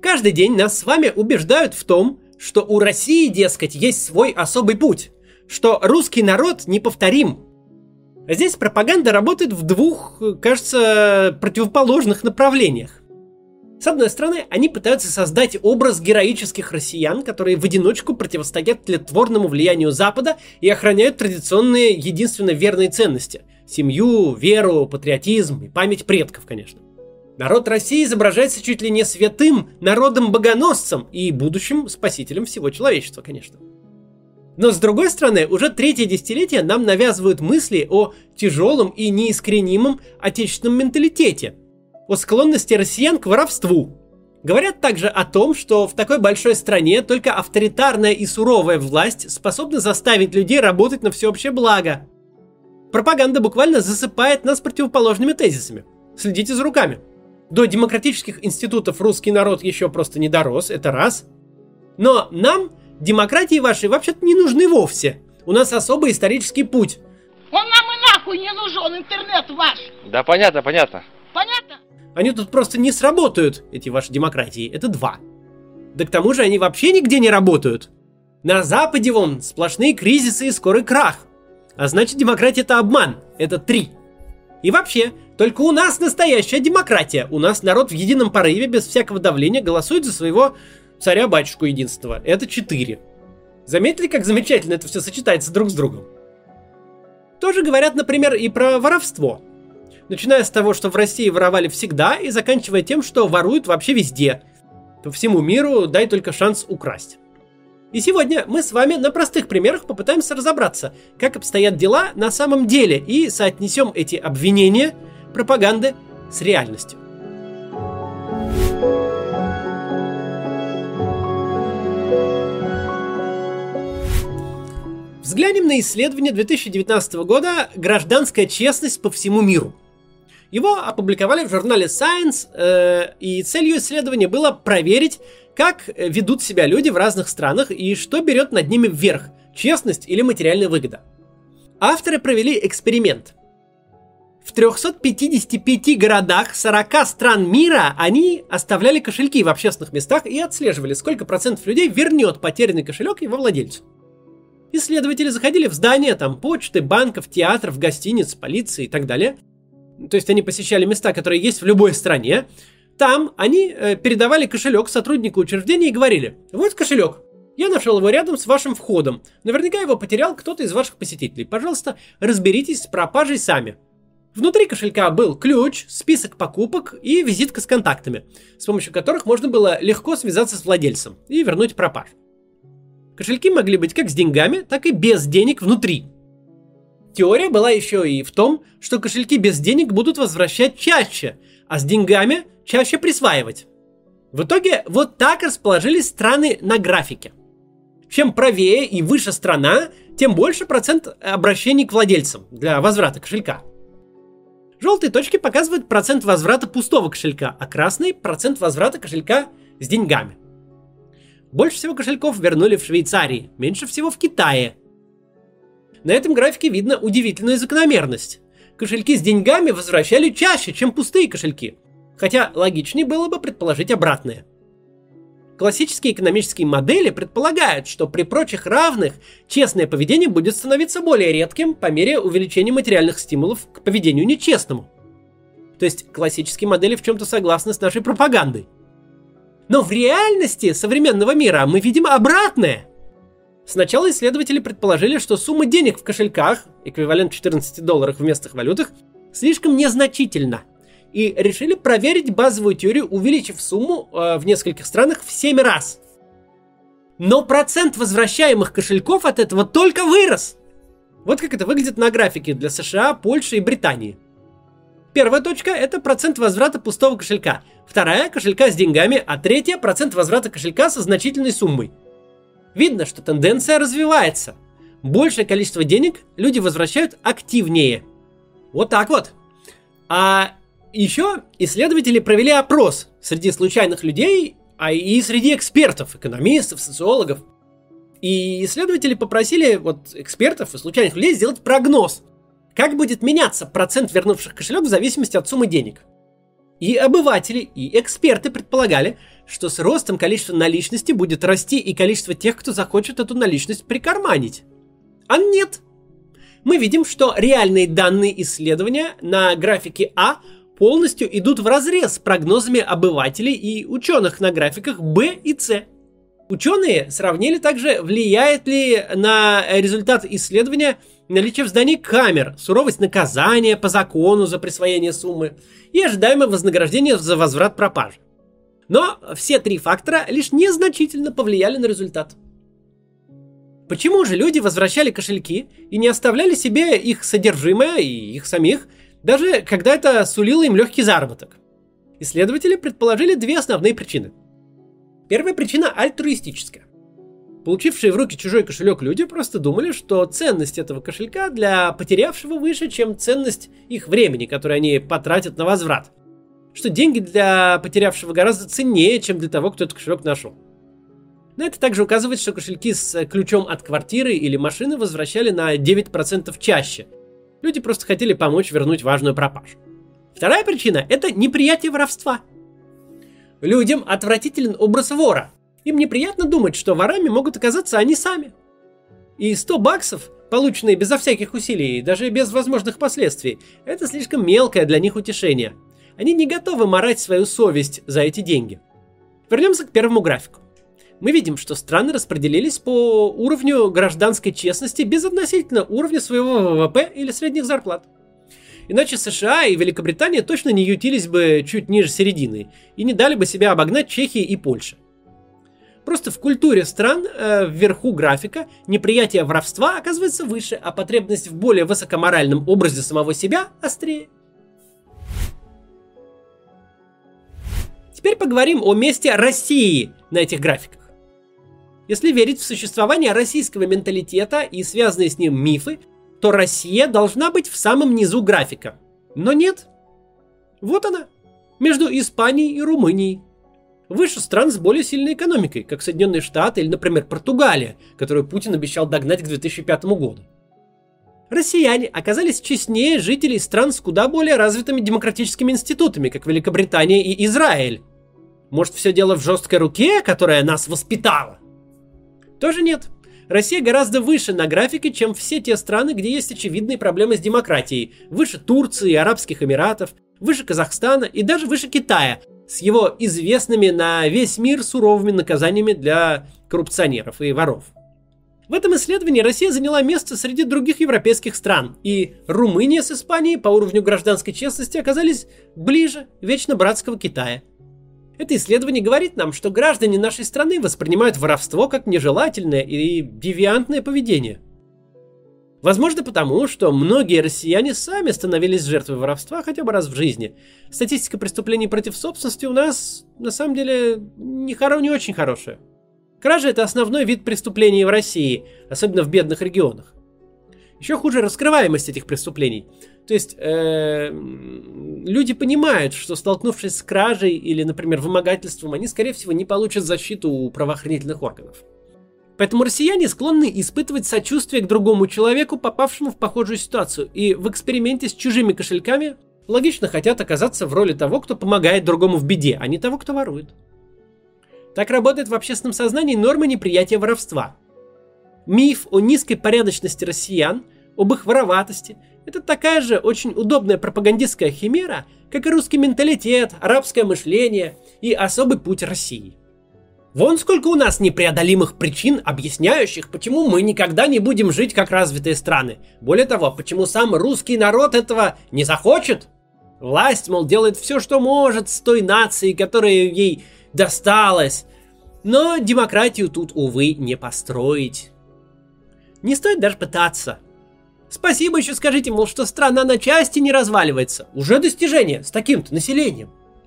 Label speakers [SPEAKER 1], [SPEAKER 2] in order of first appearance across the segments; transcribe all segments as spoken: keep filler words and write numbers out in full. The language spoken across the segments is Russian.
[SPEAKER 1] Каждый день нас с вами убеждают в том, что у России, дескать, есть свой особый путь, что русский народ неповторим. А здесь пропаганда работает в двух, кажется, противоположных направлениях. С одной стороны, они пытаются создать образ героических россиян, которые в одиночку противостоят тлетворному влиянию Запада и охраняют традиционные, единственно верные ценности – семью, веру, патриотизм и память предков, конечно. Народ России изображается чуть ли не святым народом-богоносцем и будущим спасителем всего человечества, конечно. Но с другой стороны, уже третье десятилетие нам навязывают мысли о тяжелом и неискоренимом отечественном менталитете, о склонности россиян к воровству. Говорят также о том, что в такой большой стране только авторитарная и суровая власть способна заставить людей работать на всеобщее благо. Пропаганда буквально засыпает нас противоположными тезисами. Следите за руками. До демократических институтов русский народ еще просто не дорос, это раз. Но нам демократии ваши вообще-то не нужны вовсе. У нас особый исторический путь.
[SPEAKER 2] Он нам и нахуй не нужен, интернет ваш.
[SPEAKER 3] Да понятно, понятно.
[SPEAKER 2] Понятно?
[SPEAKER 1] Они тут просто не сработают, эти ваши демократии. Это два. Да к тому же они вообще нигде не работают. На Западе вон сплошные кризисы и скорый крах. А значит, демократия это обман. Это три. И вообще, только у нас настоящая демократия. У нас народ в едином порыве, без всякого давления, голосует за своего царя-батюшку единственного. Это четыре. Заметили, как замечательно это все сочетается друг с другом? Тоже говорят, например, и про воровство. Начиная с того, что в России воровали всегда, и заканчивая тем, что воруют вообще везде. По всему миру дай только шанс украсть. И сегодня мы с вами на простых примерах попытаемся разобраться, как обстоят дела на самом деле, и соотнесем эти обвинения пропаганды с реальностью. Взглянем на исследование две тысячи девятнадцатого года «Гражданская честность по всему миру». Его опубликовали в журнале Science, э, и целью исследования было проверить, как ведут себя люди в разных странах и что берет над ними вверх – честность или материальная выгода. Авторы провели эксперимент. В трёхстах пятидесяти пяти городах сорока стран мира они оставляли кошельки в общественных местах и отслеживали, сколько процентов людей вернет потерянный кошелек его владельцу. Исследователи заходили в здания там, почты, банков, театров, гостиниц, полиции и так далее. То есть они посещали места, которые есть в любой стране. Там они э, передавали кошелек сотруднику учреждения и говорили: вот кошелек, я нашел его рядом с вашим входом. Наверняка его потерял кто-то из ваших посетителей. Пожалуйста, разберитесь с пропажей сами. Внутри кошелька был ключ, список покупок и визитка с контактами, с помощью которых можно было легко связаться с владельцем и вернуть пропажу. Кошельки могли быть как с деньгами, так и без денег внутри. Теория была еще и в том, что кошельки без денег будут возвращать чаще, а с деньгами чаще присваивать. В итоге вот так расположились страны на графике. Чем правее и выше страна, тем больше процент обращений к владельцам для возврата кошелька. Желтые точки показывают процент возврата пустого кошелька, а красный – процент возврата кошелька с деньгами. Больше всего кошельков вернули в Швейцарии, меньше всего в Китае. На этом графике видно удивительную закономерность. Кошельки с деньгами возвращали чаще, чем пустые кошельки. Хотя логичнее было бы предположить обратное. Классические экономические модели предполагают, что при прочих равных честное поведение будет становиться более редким по мере увеличения материальных стимулов к поведению нечестному. То есть классические модели в чем-то согласны с нашей пропагандой. Но в реальности современного мира мы видим обратное. Сначала исследователи предположили, что сумма денег в кошельках, эквивалент четырнадцати долларов в местных валютах, слишком незначительна. И решили проверить базовую теорию, увеличив сумму э, в нескольких странах в семь раз. Но процент возвращаемых кошельков от этого только вырос. Вот как это выглядит на графике для США, Польши и Британии. Первая точка – это процент возврата пустого кошелька. Вторая – кошелька с деньгами, а третья – процент возврата кошелька со значительной суммой. Видно, что тенденция развивается. Большее количество денег люди возвращают активнее. Вот так вот. А еще исследователи провели опрос среди случайных людей, а и среди экспертов, экономистов, социологов. И исследователи попросили вот экспертов и случайных людей сделать прогноз, как будет меняться процент вернувших кошелек в зависимости от суммы денег. И обыватели, и эксперты предполагали, что с ростом количества наличности будет расти и количество тех, кто захочет эту наличность прикарманить. А нет. Мы видим, что реальные данные исследования на графике А полностью идут вразрез с прогнозами обывателей и ученых на графиках Б и С. Ученые сравнили также, влияет ли на результат исследования наличие в здании камер, суровость наказания по закону за присвоение суммы и ожидаемое вознаграждение за возврат пропажи. Но все три фактора лишь незначительно повлияли на результат. Почему же люди возвращали кошельки и не оставляли себе их содержимое и их самих, даже когда это сулило им легкий заработок? Исследователи предположили две основные причины. Первая причина альтруистическая. Получившие в руки чужой кошелек люди просто думали, что ценность этого кошелька для потерявшего выше, чем ценность их времени, которое они потратят на возврат. Что деньги для потерявшего гораздо ценнее, чем для того, кто этот кошелек нашел. На это также указывает, что кошельки с ключом от квартиры или машины возвращали на девять процентов чаще. Люди просто хотели помочь вернуть важную пропажу. Вторая причина – это неприятие воровства. Людям отвратителен образ вора. Им неприятно думать, что ворами могут оказаться они сами. И сто баксов, полученные безо всяких усилий, даже без возможных последствий, это слишком мелкое для них утешение. Они не готовы марать свою совесть за эти деньги. Вернемся к первому графику. Мы видим, что страны распределились по уровню гражданской честности безотносительно уровня своего ВВП или средних зарплат. Иначе США и Великобритания точно не ютились бы чуть ниже середины и не дали бы себя обогнать Чехии и Польше. Просто в культуре стран э, вверху графика неприятие воровства оказывается выше, а потребность в более высокоморальном образе самого себя острее. Теперь поговорим о месте России на этих графиках. Если верить в существование российского менталитета и связанные с ним мифы, то Россия должна быть в самом низу графика. Но нет. Вот она, между Испанией и Румынией. Выше стран с более сильной экономикой, как Соединенные Штаты или, например, Португалия, которую Путин обещал догнать к две тысячи пятому году. Россияне оказались честнее жителей стран с куда более развитыми демократическими институтами, как Великобритания и Израиль. Может, все дело в жесткой руке, которая нас воспитала? Тоже нет. Россия гораздо выше на графике, чем все те страны, где есть очевидные проблемы с демократией. Выше Турции, Арабских Эмиратов, выше Казахстана и даже выше Китая, с его известными на весь мир суровыми наказаниями для коррупционеров и воров. В этом исследовании Россия заняла место среди других европейских стран, и Румыния с Испанией по уровню гражданской честности оказались ближе вечно братского Китая. Это исследование говорит нам, что граждане нашей страны воспринимают воровство как нежелательное и девиантное поведение. Возможно потому, что многие россияне сами становились жертвой воровства хотя бы раз в жизни. Статистика преступлений против собственности у нас на самом деле не, хоро- не очень хорошая. Кража – это основной вид преступлений в России, особенно в бедных регионах. Еще хуже раскрываемость этих преступлений. То есть э, люди понимают, что столкнувшись с кражей или, например, вымогательством, они, скорее всего, не получат защиту у правоохранительных органов. Поэтому россияне склонны испытывать сочувствие к другому человеку, попавшему в похожую ситуацию, и в эксперименте с чужими кошельками логично хотят оказаться в роли того, кто помогает другому в беде, а не того, кто ворует. Так работает в общественном сознании норма неприятия воровства. Миф о низкой порядочности россиян, об их вороватости – это такая же очень удобная пропагандистская химера, как и русский менталитет, арабское мышление и особый путь России. Вон сколько у нас непреодолимых причин, объясняющих, почему мы никогда не будем жить как развитые страны. Более того, почему сам русский народ этого не захочет. Власть, мол, делает все, что может с той нацией, которая ей досталась. Но демократию тут, увы, не построить. Не стоит даже пытаться. Спасибо еще скажите, мол, что страна на части не разваливается. Уже достижение с таким-то населением.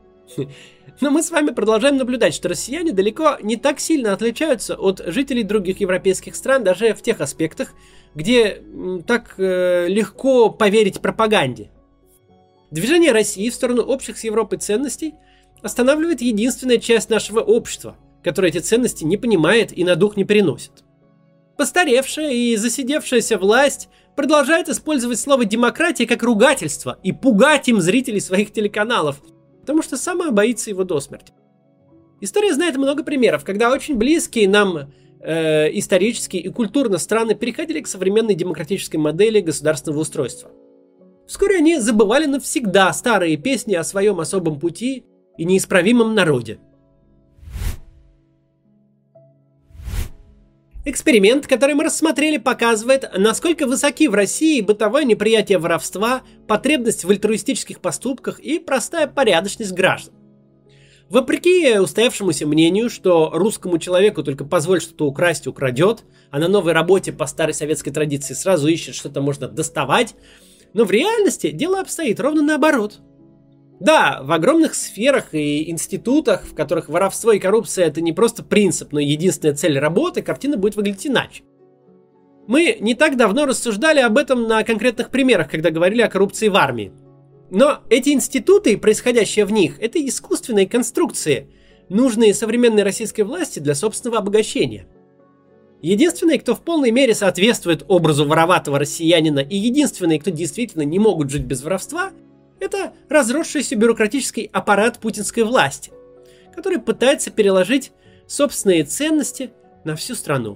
[SPEAKER 1] Но мы с вами продолжаем наблюдать, что россияне далеко не так сильно отличаются от жителей других европейских стран, даже в тех аспектах, где так э, легко поверить пропаганде. Движение России в сторону общих с Европой ценностей останавливает единственная часть нашего общества, которая эти ценности не понимает и на дух не переносит. Постаревшая и засидевшаяся власть продолжает использовать слово «демократия» как ругательство и пугать им зрителей своих телеканалов, потому что сама боится его до смерти. История знает много примеров, когда очень близкие нам э, исторически и культурно страны переходили к современной демократической модели государственного устройства. Вскоре они забывали навсегда старые песни о своем особом пути и неисправимом народе. Эксперимент, который мы рассмотрели, показывает, насколько высоки в России бытовое неприятие воровства, потребность в альтруистических поступках и простая порядочность граждан. Вопреки устоявшемуся мнению, что русскому человеку только позволь что-то украсть, украдет, а на новой работе по старой советской традиции сразу ищет что-то можно доставать, но в реальности дело обстоит ровно наоборот. Да, в огромных сферах и институтах, в которых воровство и коррупция это не просто принцип, но и единственная цель работы, картина будет выглядеть иначе. Мы не так давно рассуждали об этом на конкретных примерах, когда говорили о коррупции в армии. Но эти институты и происходящее в них – это искусственные конструкции, нужные современной российской власти для собственного обогащения. Единственные, кто в полной мере соответствует образу вороватого россиянина, и единственные, кто действительно не могут жить без воровства – это разросшийся бюрократический аппарат путинской власти, который пытается переложить собственные ценности на всю страну.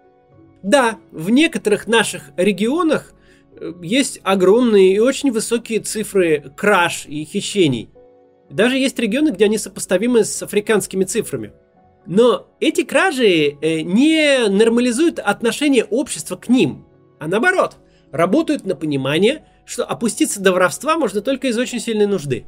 [SPEAKER 1] Да, в некоторых наших регионах есть огромные и очень высокие цифры краж и хищений. Даже есть регионы, где они сопоставимы с африканскими цифрами. Но эти кражи не нормализуют отношение общества к ним, а наоборот, работают на понимание, что опуститься до воровства можно только из очень сильной нужды.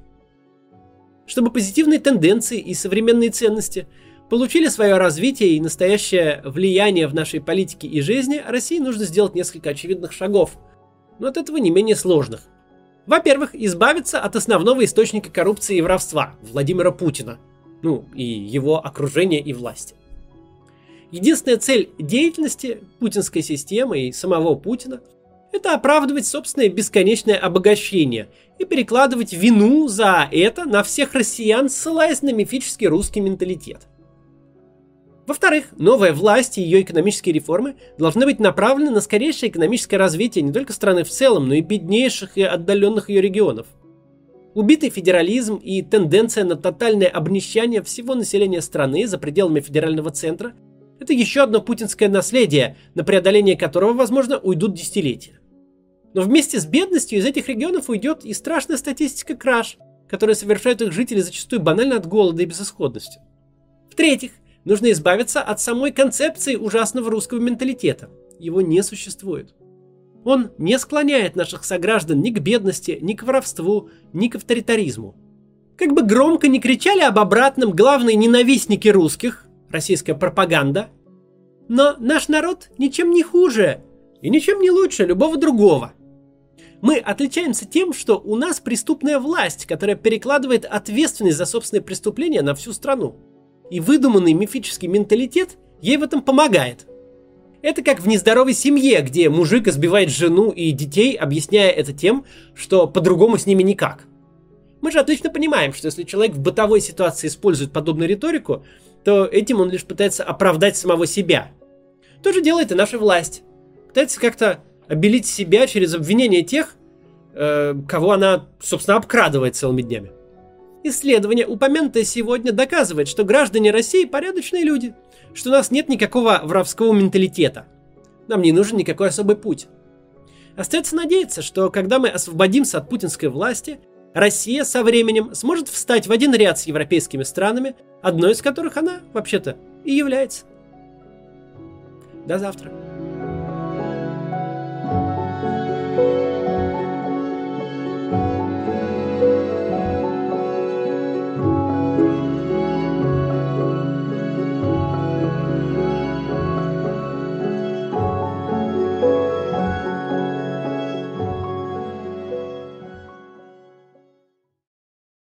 [SPEAKER 1] Чтобы позитивные тенденции и современные ценности получили свое развитие и настоящее влияние в нашей политике и жизни, России нужно сделать несколько очевидных шагов, но от этого не менее сложных. Во-первых, избавиться от основного источника коррупции и воровства – Владимира Путина, ну и его окружения и власти. Единственная цель деятельности путинской системы и самого Путина – это оправдывать собственное бесконечное обогащение и перекладывать вину за это на всех россиян, ссылаясь на мифический русский менталитет. Во-вторых, новая власть и ее экономические реформы должны быть направлены на скорейшее экономическое развитие не только страны в целом, но и беднейших и отдаленных ее регионов. Убитый федерализм и тенденция на тотальное обнищание всего населения страны за пределами федерального центра – это еще одно путинское наследие, на преодоление которого, возможно, уйдут десятилетия. Но вместе с бедностью из этих регионов уйдет и страшная статистика краж, которые совершают их жители зачастую банально от голода и безысходности. В-третьих, нужно избавиться от самой концепции ужасного русского менталитета. Его не существует. Он не склоняет наших сограждан ни к бедности, ни к воровству, ни к авторитаризму. Как бы громко ни кричали об обратном главные ненавистники русских, российская пропаганда, но наш народ ничем не хуже и ничем не лучше любого другого. Мы отличаемся тем, что у нас преступная власть, которая перекладывает ответственность за собственные преступления на всю страну. И выдуманный мифический менталитет ей в этом помогает. Это как в нездоровой семье, где мужик избивает жену и детей, объясняя это тем, что по-другому с ними никак. Мы же отлично понимаем, что если человек в бытовой ситуации использует подобную риторику, то этим он лишь пытается оправдать самого себя. То же делает и наша власть. Пытается как-то обелить себя через обвинение тех, э, кого она, собственно, обкрадывает целыми днями. Исследование, упомянутое сегодня, доказывает, что граждане России порядочные люди, что у нас нет никакого воровского менталитета. Нам не нужен никакой особый путь. Остается надеяться, что когда мы освободимся от путинской власти, Россия со временем сможет встать в один ряд с европейскими странами, одной из которых она, вообще-то, и является. До завтра.